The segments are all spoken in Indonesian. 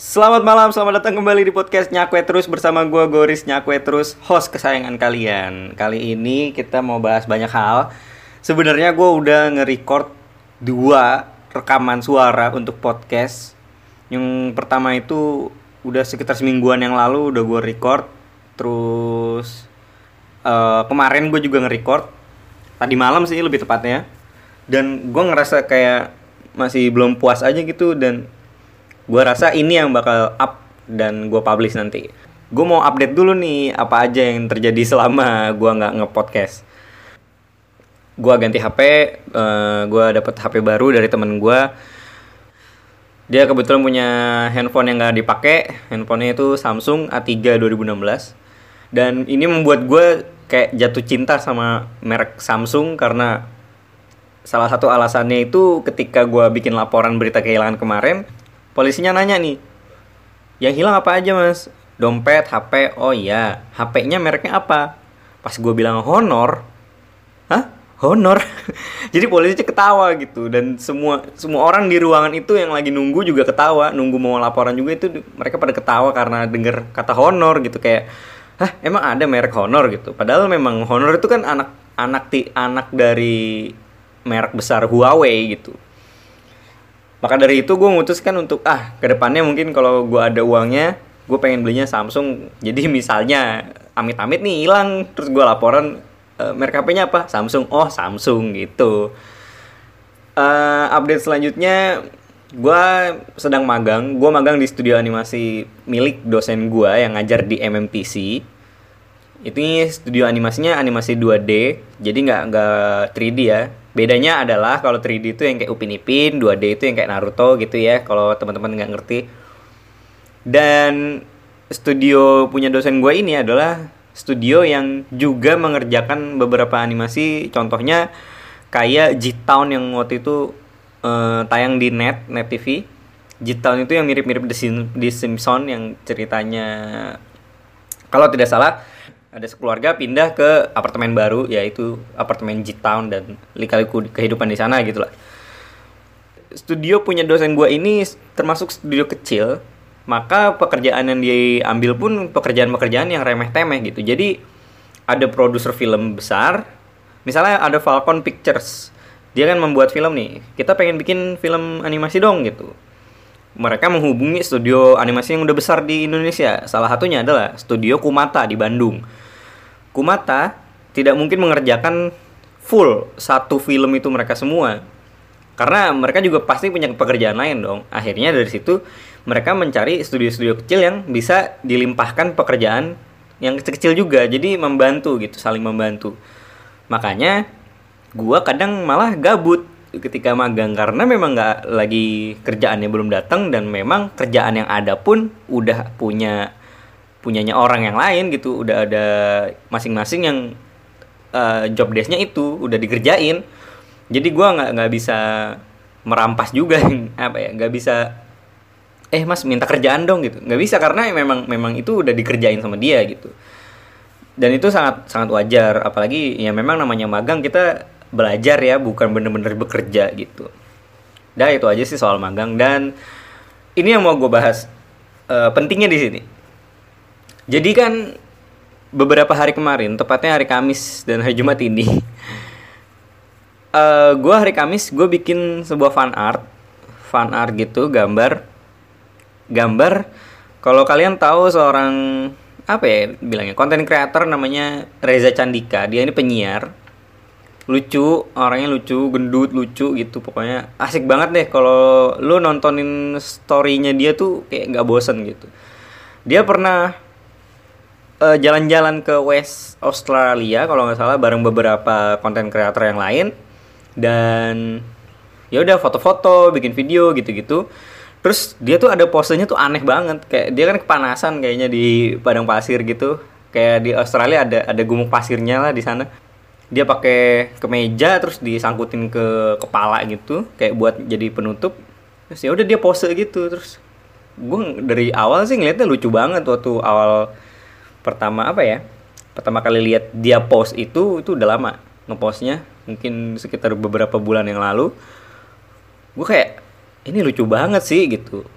Selamat malam, selamat datang kembali di podcast Nyakwe Terus bersama gue Goris Nyakwe Terus, host kesayangan kalian. Kali ini kita mau bahas banyak hal. Sebenarnya gue udah nge-record 2 rekaman suara untuk podcast. Yang pertama itu udah sekitar semingguan yang lalu udah gue record. Terus kemarin gue juga nge-record. Tadi malam sih lebih tepatnya. Dan gue ngerasa kayak masih belum puas aja gitu. Dan gue rasa ini yang bakal up dan gue publish nanti. Gue mau update dulu nih apa aja yang terjadi selama gue nggak nge-podcast. Gue ganti HP, gue dapet HP baru dari temen gue. Dia kebetulan punya handphone yang nggak dipakai. Handphonenya itu Samsung A3 2016. Dan ini membuat gue kayak jatuh cinta sama merek Samsung karena salah satu alasannya itu ketika gue bikin laporan berita kehilangan kemarin. Polisinya nanya nih, yang hilang apa aja mas? Dompet, HP, oh iya, HP-nya mereknya apa? Pas gue bilang Honor, hah? Honor? Jadi polisinya ketawa gitu. Dan semua orang di ruangan itu yang lagi nunggu juga ketawa. Nunggu mau laporan juga itu mereka pada ketawa karena denger kata Honor gitu. Kayak, hah emang ada merek Honor gitu? Padahal memang Honor itu kan anak dari merek besar Huawei gitu. Maka dari itu gue memutuskan untuk kedepannya mungkin kalau gue ada uangnya gue pengen belinya Samsung. Jadi misalnya amit-amit nih hilang terus gue laporan merek HP-nya apa? Samsung. Oh Samsung gitu. Update selanjutnya gue sedang magang. Gue magang di studio animasi milik dosen gue yang ngajar di MMTC. Ini studio animasinya animasi 2D, jadi nggak 3D ya. Bedanya adalah kalau 3D itu yang kayak Upin Ipin, 2D itu yang kayak Naruto gitu ya, kalau teman-teman nggak ngerti. Dan studio punya dosen gue ini adalah studio yang juga mengerjakan beberapa animasi, contohnya kayak J-Town yang waktu itu tayang di Net TV. J-Town itu yang mirip-mirip The Simpsons yang ceritanya, kalau tidak salah, ada sekeluarga pindah ke apartemen baru, yaitu apartemen J-Town, dan lika-liku kehidupan di sana gitulah. Studio punya dosen gue ini termasuk studio kecil, maka pekerjaan yang diambil pun pekerjaan-pekerjaan yang remeh-temeh gitu. Jadi ada produser film besar, misalnya ada Falcon Pictures, dia kan membuat film nih, kita pengen bikin film animasi dong gitu. Mereka menghubungi studio animasi yang udah besar di Indonesia. Salah satunya adalah studio Kumata di Bandung. Kumata tidak mungkin mengerjakan full satu film itu mereka semua, karena mereka juga pasti punya pekerjaan lain dong. Akhirnya dari situ mereka mencari studio-studio kecil yang bisa dilimpahkan pekerjaan yang kecil-kecil juga. Jadi membantu gitu, saling membantu. Makanya gua kadang malah gabut ketika magang karena memang nggak lagi kerjaannya belum datang, dan memang kerjaan yang ada pun udah punyanya orang yang lain gitu, udah ada masing-masing yang job desk-nya itu udah dikerjain. Jadi gue nggak bisa merampas juga nggak bisa mas minta kerjaan dong gitu, nggak bisa karena memang itu udah dikerjain sama dia gitu. Dan itu sangat sangat wajar, apalagi ya memang namanya magang, kita belajar ya, bukan bener-bener bekerja gitu. Itu aja sih soal magang. Dan ini yang mau gue bahas pentingnya di sini. Jadi kan beberapa hari kemarin, tepatnya hari Kamis dan hari Jumat ini, gue hari Kamis gue bikin sebuah fan art gitu, gambar. Kalau kalian tahu seorang bilangnya content creator namanya Reza Candika, dia ini penyiar, lucu, orangnya lucu, gendut, lucu gitu, pokoknya asik banget deh. Kalau lu nontonin story-nya dia tuh kayak nggak bosen gitu. Dia pernah jalan-jalan ke West Australia kalau nggak salah bareng beberapa content creator yang lain, dan ya udah foto-foto, bikin video gitu-gitu. Terus dia tuh ada posenya tuh aneh banget, kayak dia kan kepanasan kayaknya di padang pasir gitu, kayak di Australia ada gumuk pasirnya lah di sana. Dia pakai kemeja terus disangkutin ke kepala gitu, kayak buat jadi penutup. Terus ya udah dia pose gitu. Terus gue dari awal sih ngeliatnya lucu banget waktu awal pertama kali lihat dia post itu udah lama ngepostnya, mungkin sekitar beberapa bulan yang lalu. Gue kayak ini lucu banget sih gitu.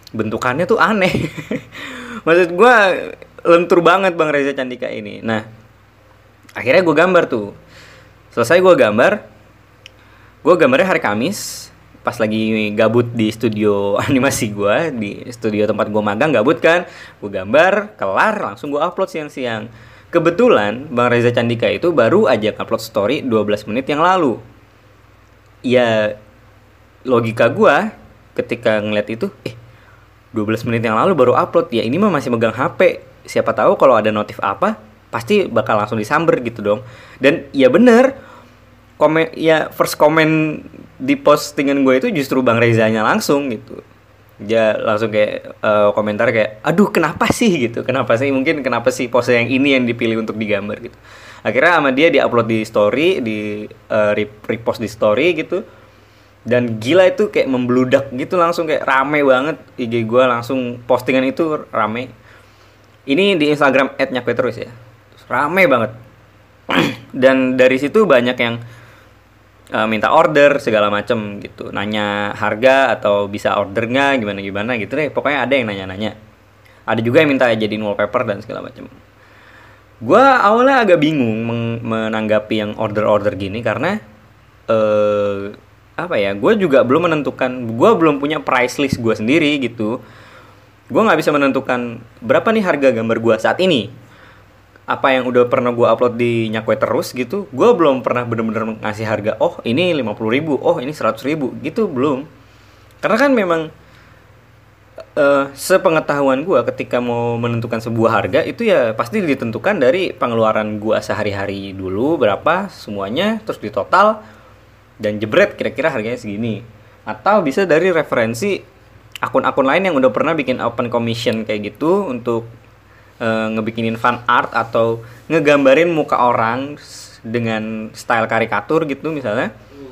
bentukannya tuh aneh. Maksud gue lentur banget Bang Reza Candika ini. Nah, akhirnya gue gambar tuh. Selesai gue gambarnya hari Kamis, pas lagi gabut di studio animasi gue, di studio tempat gue magang, gabut kan. Gue gambar, kelar, langsung gue upload siang-siang. Kebetulan Bang Reza Candika itu baru aja upload story 12 menit yang lalu. Ya, logika gue ketika ngeliat itu, 12 menit yang lalu baru upload, ya ini mah masih megang HP. Siapa tahu kalau ada notif apa, pasti bakal langsung disamber gitu dong. Dan ya bener, first comment di postingan gue itu justru Bang Rezanya langsung gitu. Dia langsung kayak komentar kayak, aduh kenapa sih gitu, kenapa sih pose yang ini yang dipilih untuk digambar gitu. Akhirnya sama dia diupload di story, di repost di story gitu. Dan gila itu kayak membludak gitu, langsung kayak rame banget IG gue, langsung postingan itu rame. Ini di Instagram @nyakweterus ya, rame banget. Dan dari situ banyak yang minta order segala macem gitu, nanya harga atau bisa order nggak, gimana gitu deh. Pokoknya ada yang nanya-nanya. Ada juga yang minta jadiin wallpaper dan segala macem. Gue awalnya agak bingung menanggapi yang order gini karena gue juga belum menentukan, gue belum punya price list gue sendiri gitu. Gue nggak bisa menentukan berapa nih harga gambar gue saat ini. Apa yang udah pernah gue upload di Nyakweterus gitu, gue belum pernah bener-bener ngasih harga, oh ini 50.000, oh ini 100.000 gitu, belum. Karena kan memang sepengetahuan gue ketika mau menentukan sebuah harga itu ya pasti ditentukan dari pengeluaran gue sehari-hari dulu berapa semuanya, terus ditotal dan jebret kira-kira harganya segini. Atau bisa dari referensi akun-akun lain yang udah pernah bikin open commission kayak gitu untuk ngebikinin fan art atau ngegambarin muka orang dengan style karikatur gitu misalnya.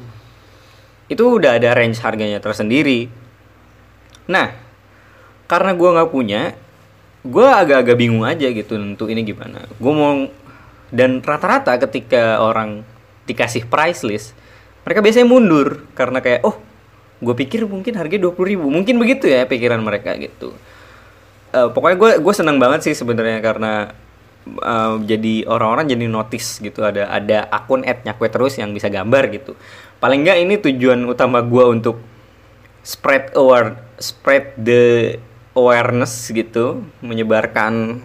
Itu udah ada range harganya tersendiri. Nah, karena gue nggak punya, gue agak-agak bingung aja gitu untuk ini gimana. Gue mau, dan rata-rata ketika orang dikasih price list, mereka biasanya mundur karena kayak, gue pikir mungkin harganya 20.000, mungkin begitu ya pikiran mereka gitu. Pokoknya gue senang banget sih sebenarnya karena jadi orang-orang jadi notice gitu, ada akun @nyakweterus yang bisa gambar gitu. Paling nggak ini tujuan utama gue untuk spread the awareness gitu, menyebarkan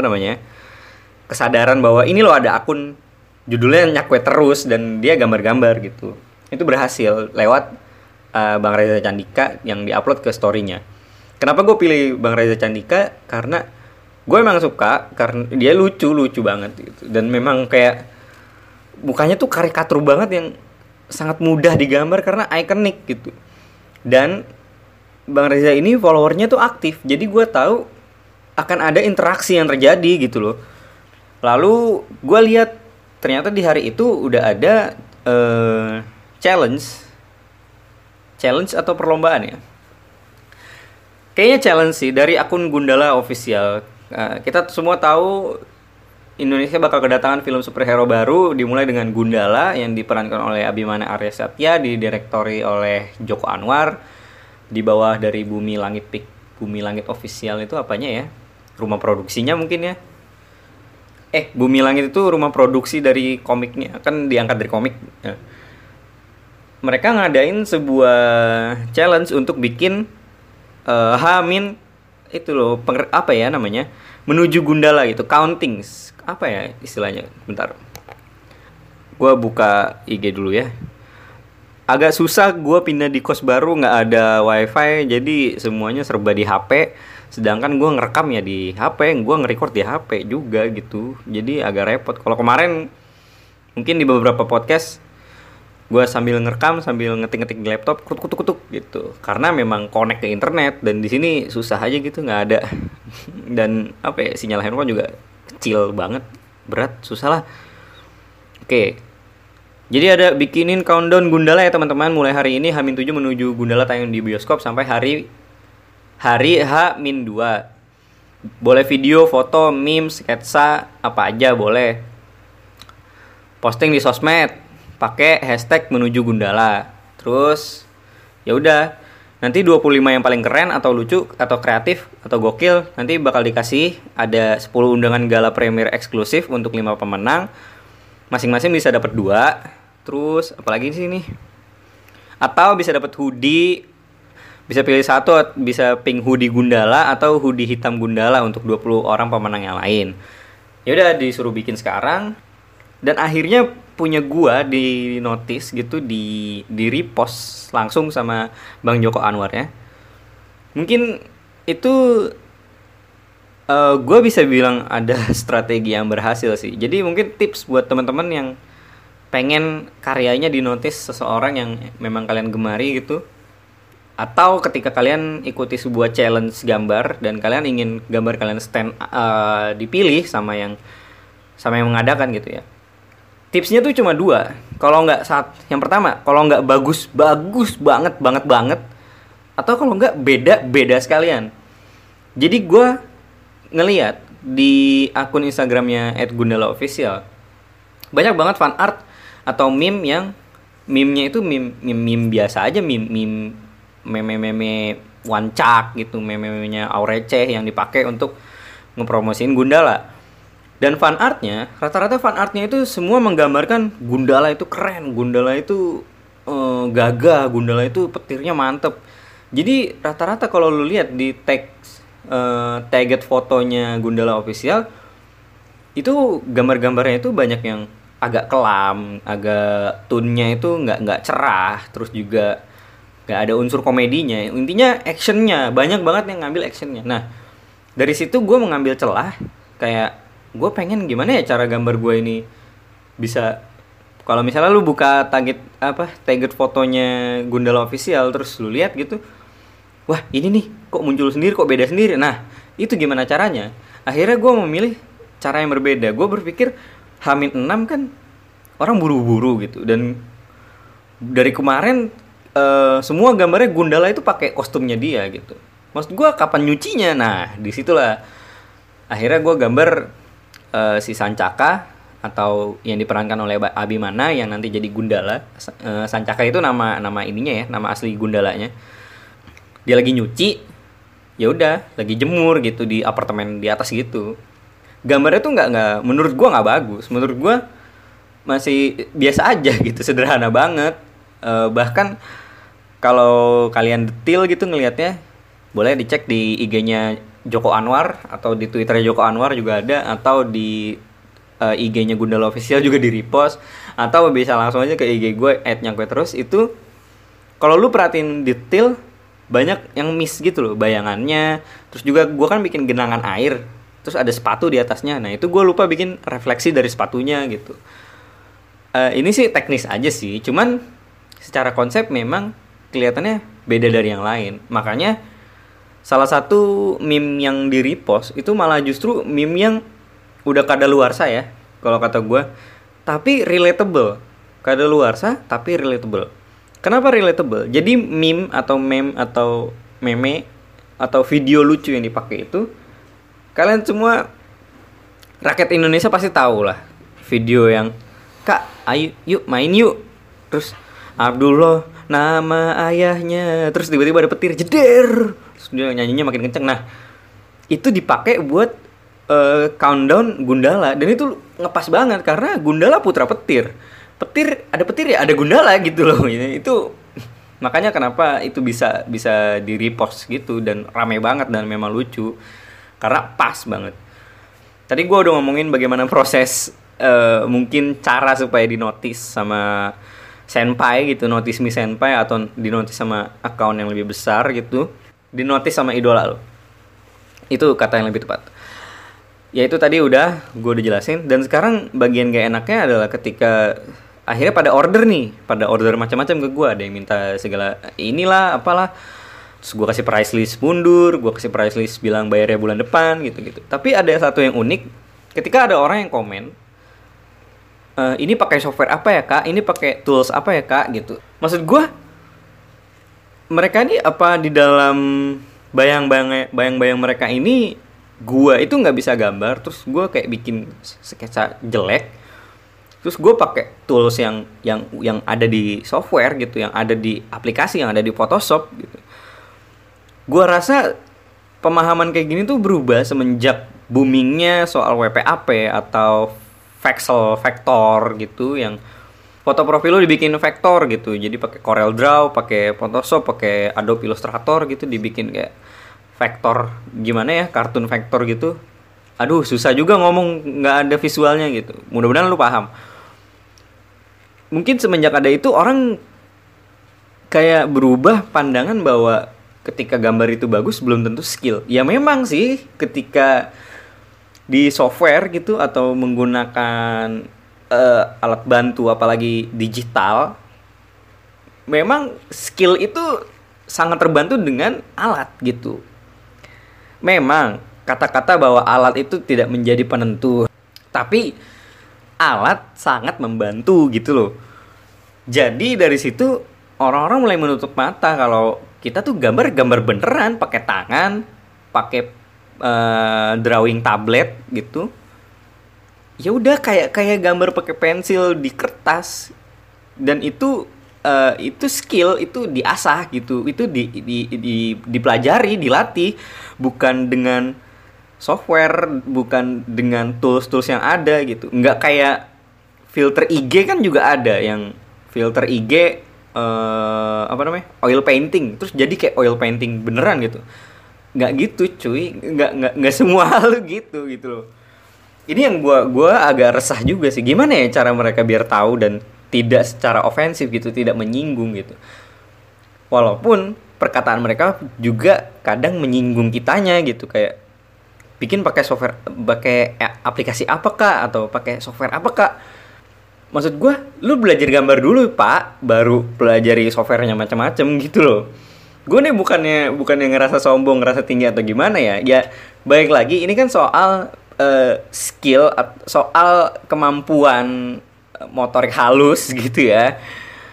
kesadaran bahwa ini loh ada akun judulnya Nyakweterus dan dia gambar-gambar gitu. Itu berhasil lewat Bang Reza Candika yang diupload ke story-nya. Kenapa gue pilih Bang Reza Candika? Karena gue emang suka, karena dia lucu banget gitu. Dan memang kayak mukanya tuh karikatur banget yang sangat mudah digambar karena ikonik gitu. Dan Bang Reza ini followernya tuh aktif, jadi gue tahu akan ada interaksi yang terjadi gitu loh. Lalu gue lihat ternyata di hari itu udah ada challenge atau perlombaan ya. Kayaknya challenge sih dari akun Gundala Official. Kita semua tahu Indonesia bakal kedatangan film superhero baru dimulai dengan Gundala yang diperankan oleh Abimana Arya Satya, didirektori oleh Joko Anwar, di bawah dari Bumi Langit Official itu apanya ya? Rumah produksinya mungkin ya. Bumi Langit itu rumah produksi dari komiknya, kan diangkat dari komik. Mereka ngadain sebuah challenge untuk bikin itu loh, menuju Gundala gitu, counting, apa ya istilahnya, bentar, gue buka IG dulu ya. Agak susah, gue pindah di kos baru, nggak ada wifi, jadi semuanya serba di HP, sedangkan gue ngerekam ya di HP, gue nge-record di HP juga gitu, jadi agak repot. Kalau kemarin mungkin di beberapa podcast gue sambil ngerekam sambil ngetik-ngetik di laptop, kutuk gitu, karena memang connect ke internet, dan di sini susah aja gitu, nggak ada. Dan sinyal handphone juga kecil banget, berat, susah lah. Oke, jadi ada bikinin countdown Gundala ya teman-teman, mulai hari ini H-7 menuju Gundala tayang di bioskop sampai hari H-2. Boleh video, foto, meme, sketsa, apa aja boleh. Posting di sosmed pakai hashtag menuju Gundala. Terus ya udah, Nanti 25 yang paling keren atau lucu atau kreatif atau gokil nanti bakal dikasih ada 10 undangan gala premier eksklusif untuk 5 pemenang. Masing-masing bisa dapat 2. Terus apalagi sih nih? Atau bisa dapat hoodie, bisa pilih satu, bisa pink hoodie Gundala atau hoodie hitam Gundala untuk 20 orang pemenang yang lain. Ya udah disuruh bikin sekarang dan akhirnya punya gua di notice gitu, di repost langsung sama Bang Joko Anwar ya. Mungkin itu gua bisa bilang ada strategi yang berhasil sih. Jadi mungkin tips buat teman-teman yang pengen karyanya di notice seseorang yang memang kalian gemari gitu. Atau ketika kalian ikuti sebuah challenge gambar dan kalian ingin gambar kalian dipilih sama yang mengadakan gitu ya. Tipsnya tuh cuma 2. Kalau nggak yang pertama, kalau nggak bagus banget, atau kalau nggak beda sekalian. Jadi gue ngeliat di akun Instagramnya @gundalaofficial banyak banget fan art atau meme-nya itu meme biasa aja, meme wancak gitu, meme-nya Aureceh yang dipakai untuk ngepromosiin Gundala. Dan rata-rata fan artnya itu semua menggambarkan Gundala itu keren, Gundala itu gagah, Gundala itu petirnya mantep. Jadi rata-rata kalau lu lihat di tagged fotonya Gundala official itu gambar-gambarnya itu banyak yang agak kelam, agak tone-nya itu nggak cerah, terus juga nggak ada unsur komedinya. Intinya actionnya banyak banget yang ngambil actionnya. Nah dari situ gue mengambil celah kayak gue pengen gimana ya cara gambar gue ini bisa, kalau misalnya lu buka tagged fotonya Gundala official terus lu lihat gitu, wah ini nih kok muncul sendiri, kok beda sendiri. Nah itu gimana caranya? Akhirnya gue memilih cara yang berbeda. Gue berpikir H-6 kan orang buru-buru gitu, dan dari kemarin semua gambarnya Gundala itu pakai kostumnya dia gitu. Maksud gue kapan nyucinya? Nah disitulah akhirnya gue gambar si Sancaka atau yang diperankan oleh Abimana yang nanti jadi Gundala. Sancaka itu nama ininya ya, nama asli Gundalanya. Dia lagi nyuci, ya udah lagi jemur gitu di apartemen di atas gitu. Gambarnya tuh nggak menurut gua nggak bagus, menurut gua masih biasa aja gitu, sederhana banget. Bahkan kalau kalian detail gitu ngelihatnya, boleh dicek di IG-nya Joko Anwar atau di Twitter Joko Anwar juga ada, atau di IG-nya Gundala Official juga di repost, atau bisa langsung aja ke IG gue @nyangkweterus. Itu kalau lu perhatiin detail banyak yang miss gitu loh bayangannya. Terus juga gue kan bikin genangan air, terus ada sepatu di atasnya. Nah itu gue lupa bikin refleksi dari sepatunya gitu. Ini sih teknis aja sih, cuman secara konsep memang kelihatannya beda dari yang lain. Makanya salah satu meme yang di repost itu malah justru meme yang udah kadaluarsa ya kalau kata gue, tapi relatable. Kadaluarsa tapi relatable. Kenapa relatable? Jadi meme atau meme atau video lucu yang dipakai itu, kalian semua rakyat Indonesia pasti tahu lah video yang Kak ayo yuk main yuk, terus Abdullah nama ayahnya, terus tiba-tiba ada petir jeder, terus dia nyanyinya makin kenceng. Nah itu dipakai buat countdown Gundala, dan itu ngepas banget karena Gundala putra petir ada petir ya ada Gundala gitu loh. Itu makanya kenapa itu bisa di repost gitu dan rame banget dan memang lucu karena pas banget. Tadi gue udah ngomongin bagaimana proses mungkin cara supaya dinotis sama senpai gitu, notice me senpai, atau dinotis sama account yang lebih besar gitu, dinotis sama idola lo. Itu kata yang lebih tepat. Ya itu tadi gue udah jelasin. Dan sekarang bagian gak enaknya adalah ketika akhirnya pada order macam-macam ke gue. Ada yang minta segala inilah apalah, terus gue kasih price list mundur, gue kasih price list bilang bayarnya bulan depan gitu. Tapi ada satu yang unik, ketika ada orang yang komen, ini pakai software apa ya kak, ini pakai tools apa ya kak gitu. Maksud gue mereka ini apa di dalam bayang-bayang mereka ini gue itu nggak bisa gambar, terus gue kayak bikin sketsa jelek, terus gue pakai tools yang ada di software gitu, yang ada di aplikasi, yang ada di Photoshop gitu. Gua rasa pemahaman kayak gini tuh berubah semenjak boomingnya soal WPAP atau Vexel Vector gitu, yang foto profil lu dibikin vektor gitu. Jadi pakai Corel Draw, pakai Photoshop, pakai Adobe Illustrator gitu, dibikin kayak vektor, gimana ya, kartun vektor gitu. Aduh, susah juga ngomong nggak ada visualnya gitu. Mudah-mudahan lu paham. Mungkin semenjak ada itu orang kayak berubah pandangan bahwa ketika gambar itu bagus belum tentu skill. Ya memang sih, ketika di software gitu atau menggunakan alat bantu apalagi digital, memang skill itu sangat terbantu dengan alat gitu. Memang kata-kata bahwa alat itu tidak menjadi penentu, tapi alat sangat membantu gitu loh. Jadi dari situ orang-orang mulai menutup mata kalau kita tuh gambar beneran pakai tangan, pakai drawing tablet gitu. Ya udah kayak gambar pakai pensil di kertas, dan itu skill, itu diasah gitu, itu dipelajari, dilatih, bukan dengan software, bukan dengan tools yang ada gitu. Nggak kayak filter IG kan juga ada yang filter IG oil painting, terus jadi kayak oil painting beneran gitu. Nggak gitu cuy, nggak semua hal gitu loh. Ini yang gua agak resah juga sih, gimana ya cara mereka biar tahu dan tidak secara ofensif gitu, tidak menyinggung gitu. Walaupun perkataan mereka juga kadang menyinggung kitanya gitu, kayak bikin pakai software, pakai aplikasi apa kak, atau pakai software apa kak. Maksud gua, lu belajar gambar dulu pak, baru pelajari softwarenya macam-macam gitu loh. Gue nih bukannya ngerasa sombong, ngerasa tinggi atau gimana ya. Ya baik lagi, ini kan soal skill, soal kemampuan motorik halus gitu ya.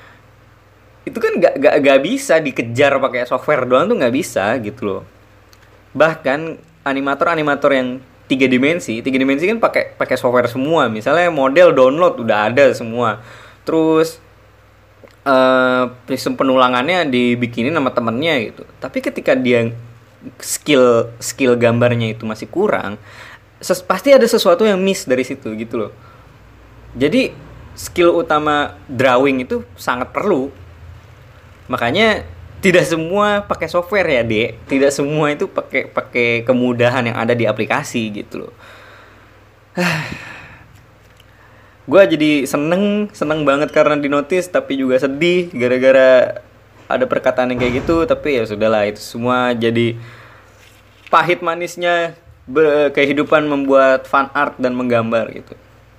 Itu kan gak bisa dikejar pakai software doang, tuh nggak bisa gitu loh. Bahkan animator yang tiga dimensi kan pakai software semua. Misalnya model download udah ada semua. Terus sistem penulangannya dibikinin sama temennya gitu. Tapi ketika dia skill gambarnya itu masih kurang, pasti ada sesuatu yang miss dari situ gitu loh. Jadi skill utama drawing itu sangat perlu. Makanya tidak semua pakai software ya, Dek. Tidak semua itu pakai kemudahan yang ada di aplikasi gitu loh. Gue jadi seneng banget karena dinotis, tapi juga sedih gara-gara ada perkataan yang kayak gitu. Tapi ya sudahlah, itu semua jadi pahit manisnya kehidupan membuat fan art dan menggambar gitu.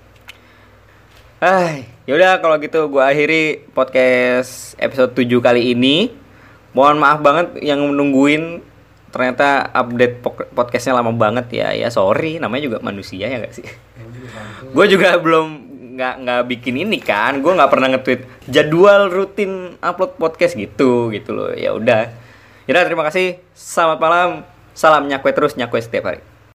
Yaudah kalau gitu gue akhiri podcast episode 7 kali ini. Mohon maaf banget yang menungguin, ternyata update podcastnya lama banget ya. Ya sorry, namanya juga manusia ya gak sih. Gue juga belum nggak bikin ini kan, gue nggak pernah nge-tweet jadwal rutin upload podcast gitu loh. Ya udah, terima kasih, selamat malam, salam nyakwe terus, nyakwe setiap hari.